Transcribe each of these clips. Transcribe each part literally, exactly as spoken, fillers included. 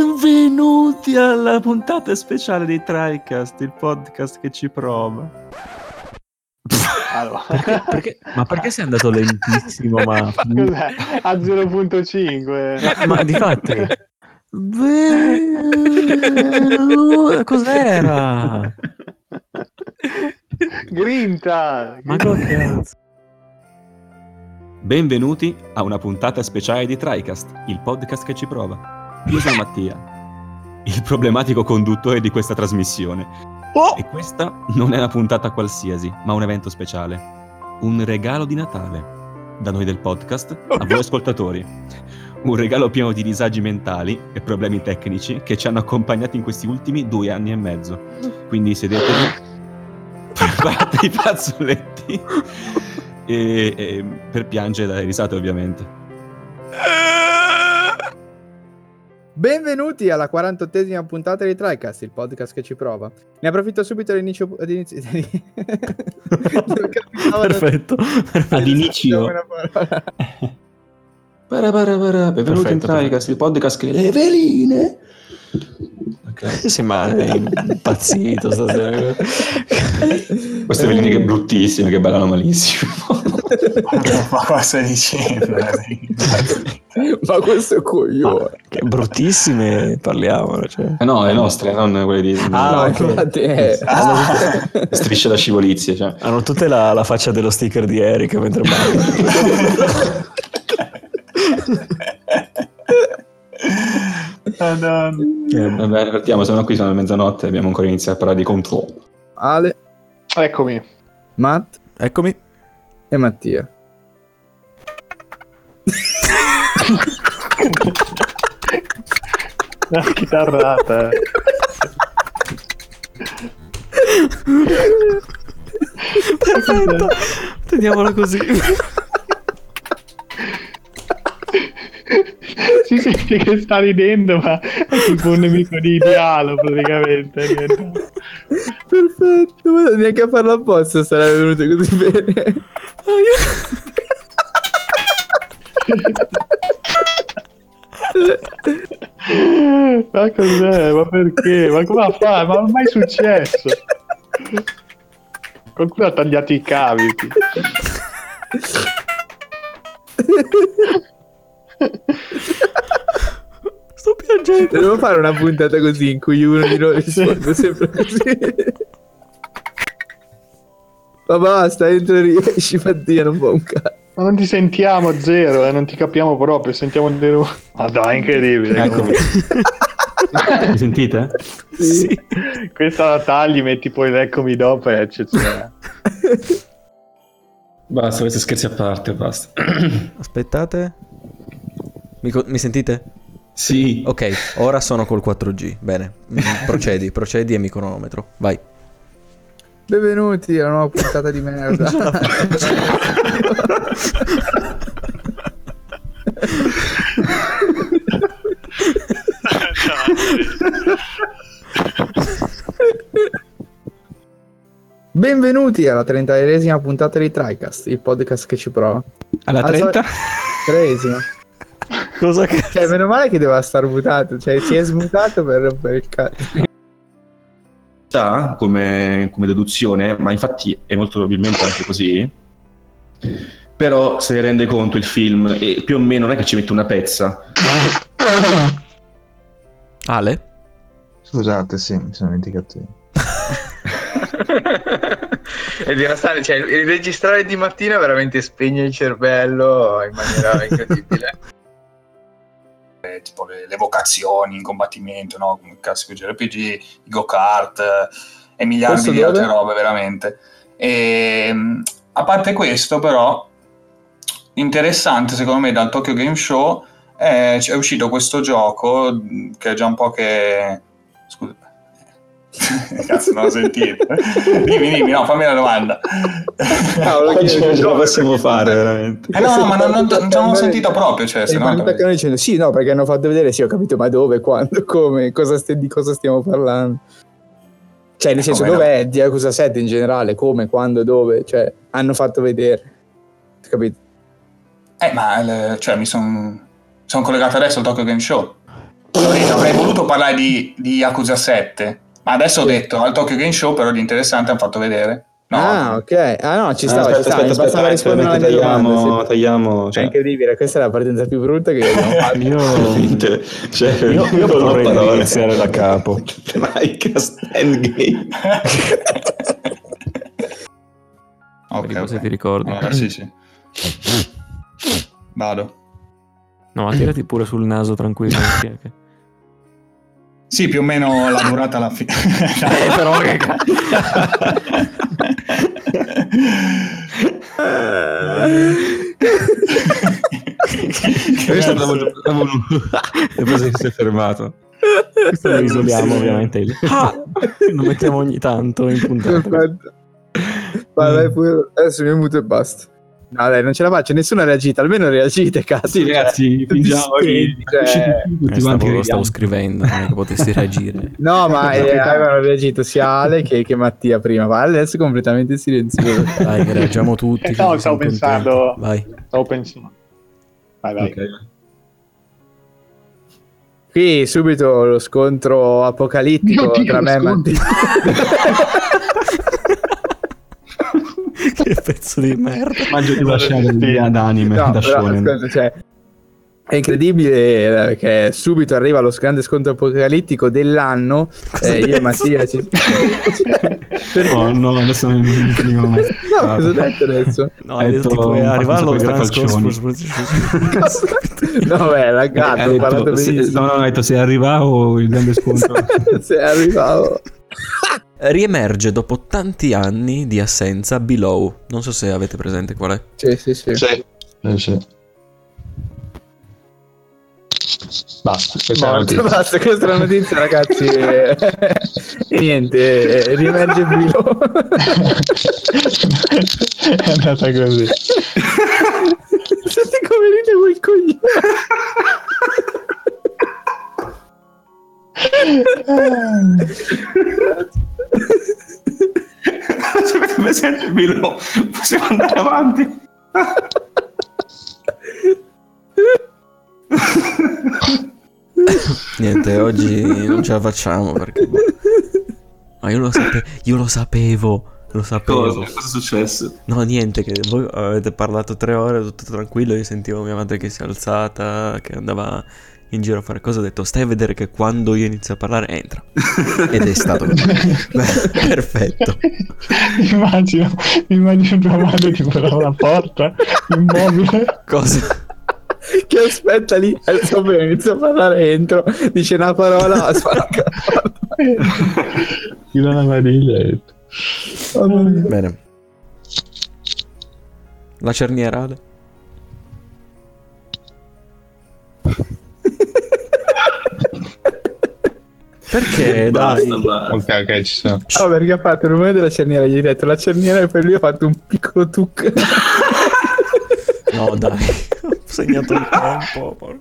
Benvenuti alla puntata speciale di TriCast, il podcast che ci prova. Allora. Perché, perché, ma perché sei andato lentissimo? Ma cos'è? A zero virgola cinque. Ma difatti. Benvenuti. Cos'era? Grinta. Ma che cazzo? Benvenuti a una puntata speciale di TriCast, il podcast che ci prova. Io sono Mattia, il problematico conduttore di questa trasmissione. Oh! E questa non è una puntata qualsiasi, ma un evento speciale. Un regalo di Natale. Da noi del podcast, a voi ascoltatori. Un regalo pieno di disagi mentali e problemi tecnici che ci hanno accompagnati in questi ultimi due anni e mezzo. Quindi sedetevi, preparate i fazzoletti e, e per piangere dalle risate, ovviamente. Benvenuti alla quarantottesima puntata di TriCast, il podcast che ci prova. Ne approfitto subito all'inizio. Ad inizio, Perfetto. Ad inizio. Para para para. Benvenuti in TriCast, il podcast che le veline. Okay. Sì, ma è impazzito stasera. Queste veline che bruttissime, che ballano malissimo. Ma cosa stai dicendo? Ma questo è coglione. Ah, che bruttissime parliamo, cioè. Eh no, le nostre, non quelle di... Ah, no, okay. infatti è... ah. Strisce da scivolizie, cioè. Hanno tutte la, la faccia dello sticker di Eric mentre ballano. Eh, vabbè, partiamo, se no qui sono le mezzanotte, abbiamo ancora iniziato a parlare di Control. Ale, Eccomi. Matt Eccomi. e Mattia. Una chitarrata. Perfetto. Teniamola così. Si sente che sta ridendo, ma è tipo un nemico di Dialo praticamente. Perfetto, ma neanche a farlo apposta sarebbe venuto così bene. Ma cos'è? Ma perché? Ma come fa? Ma non è mai successo. Qualcuno ha tagliato i cavi. Sto piangendo. Devo fare una puntata così in cui uno di noi risponde sempre così. Ma basta, entro e riesci, Mattia, non fa un cazzo. Ma non ti sentiamo zero, eh, non ti capiamo proprio, sentiamo di nuovo. Ma dai, incredibile. Eccomi. Mi sentite? Sì. Questa la tagli, metti poi l'eccomi dopo, è eccezionale. Basta, questi scherzi a parte, basta. Aspettate. Mi, co- mi sentite? Sì. Ok, ora sono col quattro G. Bene. Procedi, procedi e mi cronometro. Vai. Benvenuti alla nuova puntata di merda. Benvenuti alla trentaesima puntata di TriCast, il podcast che ci prova. Alla trenta? Treesima. Cosa che... Cioè, meno male che doveva star mutato, cioè si è smutato per, per il cazzo. Come, come deduzione, ma infatti è molto probabilmente anche così. Però se ne rende conto il film e più o meno non è che ci mette una pezza. Ale? Scusate, sì, mi sono dimenticato io. È devastante, cioè il registrare di mattina veramente spegne il cervello in maniera incredibile. Eh, tipo le, le vocazioni in combattimento, no? Come il classico J R P G, i go-kart eh, e miliardi Questo di dove? altre robe, veramente. E, a parte questo, però, interessante secondo me dal Tokyo Game Show è, è uscito questo gioco che è già un po' che... Scusa. Cazzo, non l'ho sentito. Dimmi, dimmi, no, fammi la domanda. Cavolo, Ce la possiamo fare, veramente. Eh no, no, ma non, non, non, non l'ho sentito proprio, cioè, se no... Stanno dicendo sì, no, perché hanno fatto vedere, sì, ho capito, ma dove, quando, come, cosa st- di cosa stiamo parlando? Cioè, nel senso, Come no? dov'è di Yakuza sette in generale, come, quando, dove, cioè, hanno fatto vedere, capito? Eh, ma, le- cioè, mi sono... Sono collegato adesso al Tokyo Game Show. Torino, avrei voluto parlare di, di Yakuza sette, ma adesso ho detto al Tokyo Game Show, però di interessante hanno fatto vedere. No. Ah, ok. Ah, no, ci Ah, stava, aspetta, ci stava. aspetta, Bastava aspetta, rispondere alla mia tagliamo, domanda. sì. tagliamo, È cioè, incredibile, questa è la partenza più brutta che abbiamo fatto. Io, veramente, cioè, io, io non ho proporrei di parole. iniziare da capo. Minecraft Endgame. Ok, Vediamo se ok. ti ricordi. Allora, sì, sì. Vado. No, ma tirati pure sul naso tranquillo. Che... che- Sì, più o meno la durata alla fine. Eh, però che cazzo. Questo l'avevo- l'avevo- e poi si è fermato. Questo lo isoliamo ovviamente. Il... Ah! Lo mettiamo ogni tanto in puntata. Perfetto. Vai, vai pure. Adesso mi muto e basta. No, dai, non ce la faccio, nessuno ha reagito, almeno reagite, cazzo. Sì, ragazzi, Cioè, fingiamo che cioè, tutti Eh, quanti stavo, ridiamo. stavo scrivendo, non è che potessi reagire. No, ma eh, avevano reagito sia Ale che, che Mattia prima. Ma Ale adesso è completamente silenzioso. Dai, che reagiamo tutti. Eh, che no, ci stavo siamo pensando- contenti. Vai. Stavo pensando. Vai, vai. Ok. Qui subito lo scontro apocalittico Oddio, tra me e scontro. Mattia. Che pezzo di merda. Mangiati la scena d'anime No, da però, shonen. ascolta, cioè, è incredibile eh, che subito arriva lo grande scontro apocalittico dell'anno. Eh, io e Mattia ci... No, no, adesso non mi finivo mai. No, cosa ho detto adesso? No, Hai hai detto detto tipo un è fatto arrivato lo super strano calcioni. No, beh, ragazzi, Hai ho detto- parlato se- benissimo. no, no, ho detto se arrivavo il grande scontro. Se arrivavo... Riemerge dopo tanti anni di assenza Below. Non so se avete presente qual è. Sì, sì, sì. Sì. Sì, sì. Basta, questa è la Morto, notizia. basta, questa è la notizia, ragazzi. E niente, eh, riemerge Bilo. È andata così. Senti come ride quel coglione. Se avete presente il Milo, possiamo andare avanti. Niente, oggi non ce la facciamo perché... boh. Ma io lo, sape- io lo sapevo, lo sapevo. Cosa? Cosa è successo? No, niente, che voi avete parlato tre ore, tutto tranquillo, io sentivo mia madre che si è alzata, che andava in giro a fare cose, ho detto stai a vedere che quando io inizio a parlare entra. Ed è stato perfetto. Immagino, immagino tua madre ti per una porta immobile. Cosa? Che aspetta lì, e subito inizia a parlare entro, dice una parola, spacca. Ti dà una maniglia e... Bene. La cernierale. Perché dai? Basta, basta. Ok, ok, ci sono. Oh, perché ha fatto il nome della cerniera, gli hai detto la cerniera e poi lui ha fatto un piccolo tuc. No, dai. Ho segnato il tempo. por-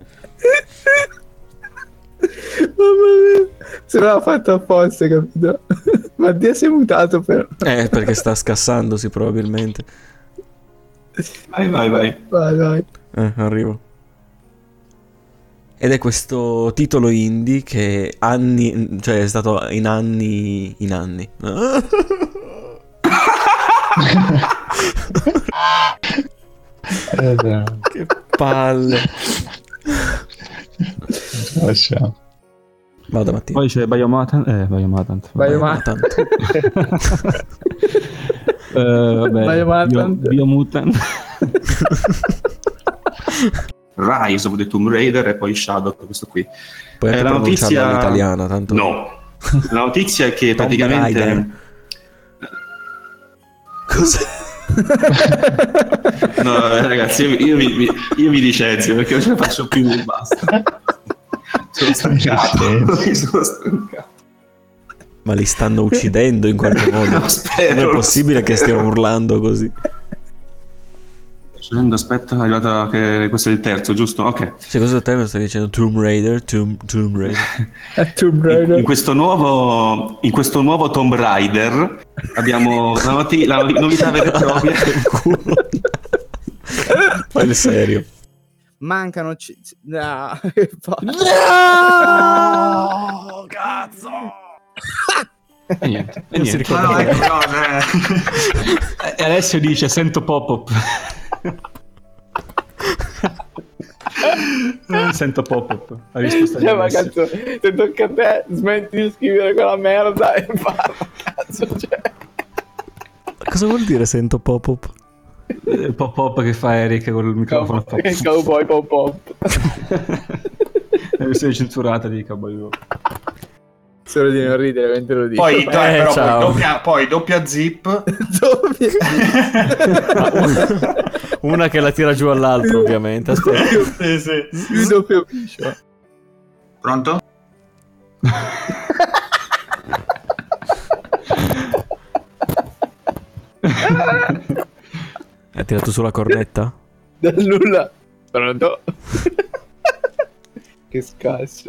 Mamma mia, se l'ha fatto apposta, capito? Mattia si è mutato però. Eh, perché sta scassandosi probabilmente. Vai, vai, vai. Vai, vai. Eh, arrivo. Ed è questo titolo indie che anni, cioè è stato in anni, in anni. Esatto. Che palle. Lasciamo. Vado Mattia. Poi c'è Biomutant. Eh, Biomutant. Vai, Vai, ma- tanto. Eh, vabbè, Biomutant. Bio- Biomutant. Rise of the Tomb Raider e poi Shadow, questo qui. Puoi anche Eh, la pronunciarlo notizia- all'italiana, tanto. No. La notizia è che Tomb praticamente... Raider. Cos'è? No, eh, ragazzi, io, io mi, mi- io mi licenzio perché non ce la faccio più e basta. Sono stancato. Mi sono stancato. Ma li stanno uccidendo in qualche modo. No, spero. Non è possibile che stiamo urlando così. Scendendo, aspetta, è arrivata che questo è il terzo, giusto? Ok. Secondo te mi stai dicendo Tomb Raider, Tomb, Tomb Raider. È Tomb In, Raider. in questo nuovo in questo nuovo Tomb Raider abbiamo la, noti- la novità vera e propria. Fai il serio. mancano... C- c- no, che fa- No, cazzo! E niente, e Non si niente. ricorda. Ma no, ecco, no, E Alessio dice sento pop-up. Eh, sento pop-up. La risposta di Cioè, ma Alessio. cazzo, se tocca a te, smetti di scrivere quella merda e parla, cazzo, cioè. Cosa vuol dire sento pop-up? Il pop-up che fa Eric con il microfono. Fa... Il cowboy pop pop. La versione censurata di Cowboy Bebop. Solo di non ridere mentre lo dico. Poi, Eh, dai, però, ciao. poi, doppia, poi doppia zip. Dove? Una che la tira giù all'altro, ovviamente. Aspetta. Sì, sì. Il doppio piscio. Pronto? Hai tirato sulla cornetta? Dal nulla. Pronto? Che scasso,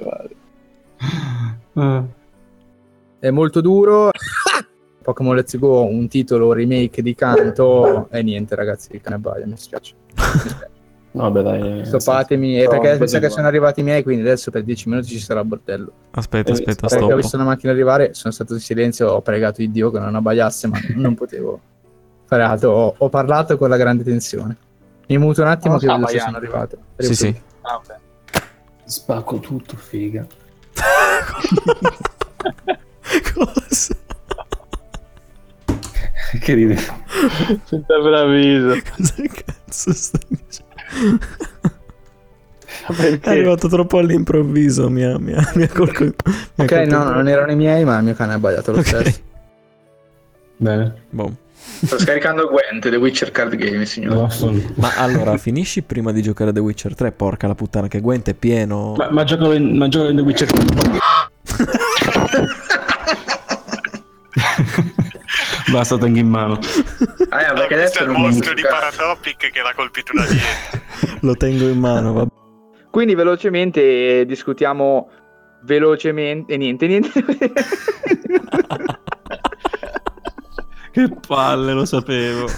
vale. È molto duro. Pokémon Let's Go, un titolo remake di Kanto e niente, ragazzi, il cane abbaia, mi spiace. Vabbè, dai. Stoppatemi, e perché mi sa che sono arrivati i miei, quindi adesso per dieci minuti ci sarà il bordello. Aspetta, Eh, aspetta, Perché ho stop. visto una macchina arrivare, sono stato in silenzio, ho pregato di Dio che non abbaiasse, ma non potevo fare altro. Ho, ho parlato con la grande tensione. Mi muto un attimo Non che sta vedo se abbaiando. sono arrivato. Sì, sì. Ah, ok. Spacco tutto, figa. Cosa? Che ride. Senta bravissimo. Cosa cazzo stai dicendo? È Perché? arrivato troppo all'improvviso, mi ha, mi ha, mi ha colco- mi ha Ok, colto- no, no, non erano i miei, ma il mio cane ha abbaiato lo Ok. stesso. Bene. Boh. Sto scaricando Gwent, The Witcher Card Game, signore. Vaffanculo. Ma allora, finisci prima di giocare a The Witcher tre, porca la puttana, che Gwent è pieno. Ma, ma gioco in, ma gioco in The Witcher. Basta, tengo in mano. Ah, eh, perché Questo adesso è il non mi mostro di giocare. Paratopic che l'ha colpito da dietro. Lo tengo in mano, va. Quindi velocemente discutiamo velocemente e niente, niente. Che palle, lo sapevo.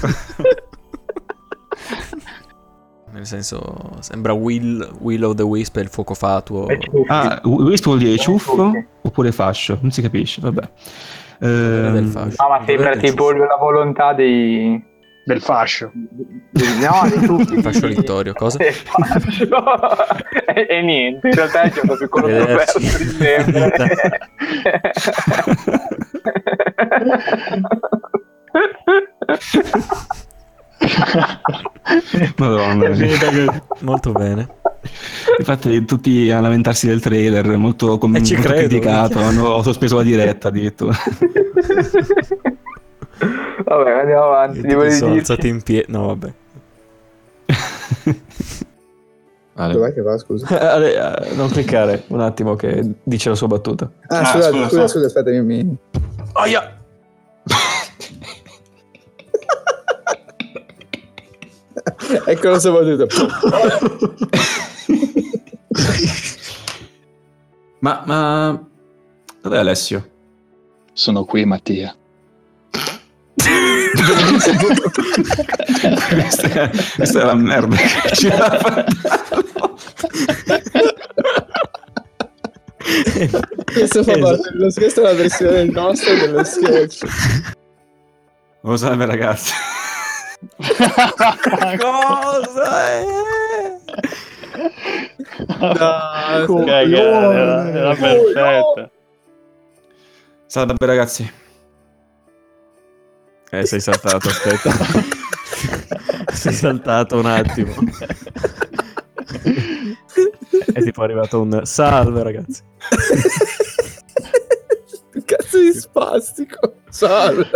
Nel senso, sembra Will, Will of the Wisp e il fuoco fatuo. Ah, questo vuol dire ciuffo oppure fascio? Non si capisce, vabbè. Del Ehm, fascio. No, ma sembra Vedete, tipo la volontà dei... Del fascio. dei- no, di tutti. Il fascio littorio, cosa? Del fascio. e, e niente, in realtà è gioco più controverso Vederci. di sempre. Madonna. Molto bene. Infatti tutti a lamentarsi del trailer, molto, com- Eh, ci molto credo, criticato, minchia. hanno ho sospeso la diretta addirittura. Vabbè, andiamo avanti. E Ti tutti volevi sono dire? alzati in piedi. No, vabbè. Dov'è che va, scusa? Eh, eh, non cliccare un attimo che dice la sua battuta. Ah, Ah, scusa, scusa, scusa, no. scusa, aspetta, mi... mi... Aia! Ecco la sua battuta. ma, ma... Dov'è Alessio? Sono qui, Mattia. questa, è, questa è la merda che ci ha fatto. Questo fa Esatto. parte dello questa è la versione del nostro dello sketch. Lo salve ragazzi. Cosa è? No, Ok, era, era perfetta. Salve ragazzi. Eh, sei saltato, aspetta. Sei saltato un attimo. È tipo arrivato un salve, ragazzi. Cazzo di spastico. Salve.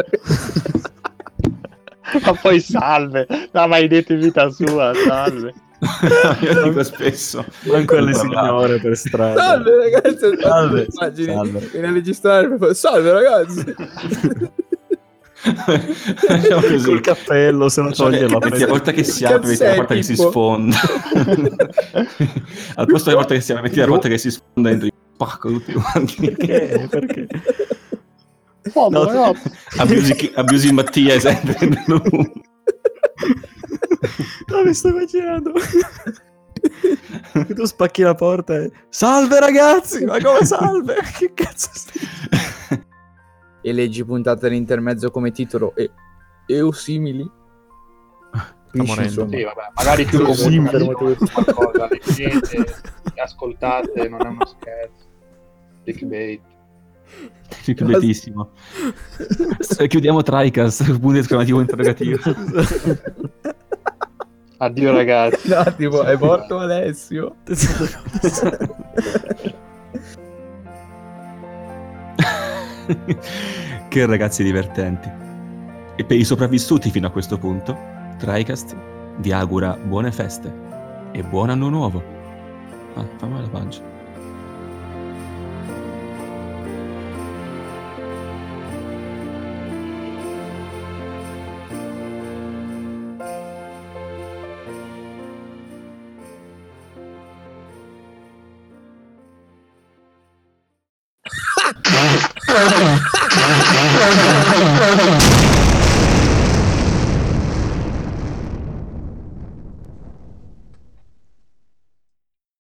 Ma poi salve. L'ha mai detto in vita sua, salve. Io dico spesso. Manco alle Parlare. signore per strada. Salve ragazzi. Salve. Immagini, Salve. viene a registrare per fare, salve ragazzi. Facciamo così. Col cappello, se non toglie la Metti la porta che si Che apre, metti la sei, porta che si Pippo? sfonda. Al posto della porta che si apre, metti la porta che si sfonda dentro. Pacco tutti quanti. Perché? Perché? Oh, No, no, Abusi, abusi Mattia è sempre lui. No, mi sto immaginando. Tu spacchi la porta e... Salve ragazzi! Ma come salve? Che cazzo stai... E leggi puntata all'intermezzo come titolo e, e o simili. Sta morendo. Sì, vabbè, magari più comune qualcosa, leggete, ascoltate, non è uno scherzo. Clickbait. Clickbaitissimo. Chiudiamo Tricast, punto esclamativo interrogativo. Addio ragazzi. No, tipo, è morto Alessio. Che ragazzi divertenti. E per i sopravvissuti fino a questo punto, Tricast vi augura buone feste e buon anno nuovo. Ah, fa male la pancia.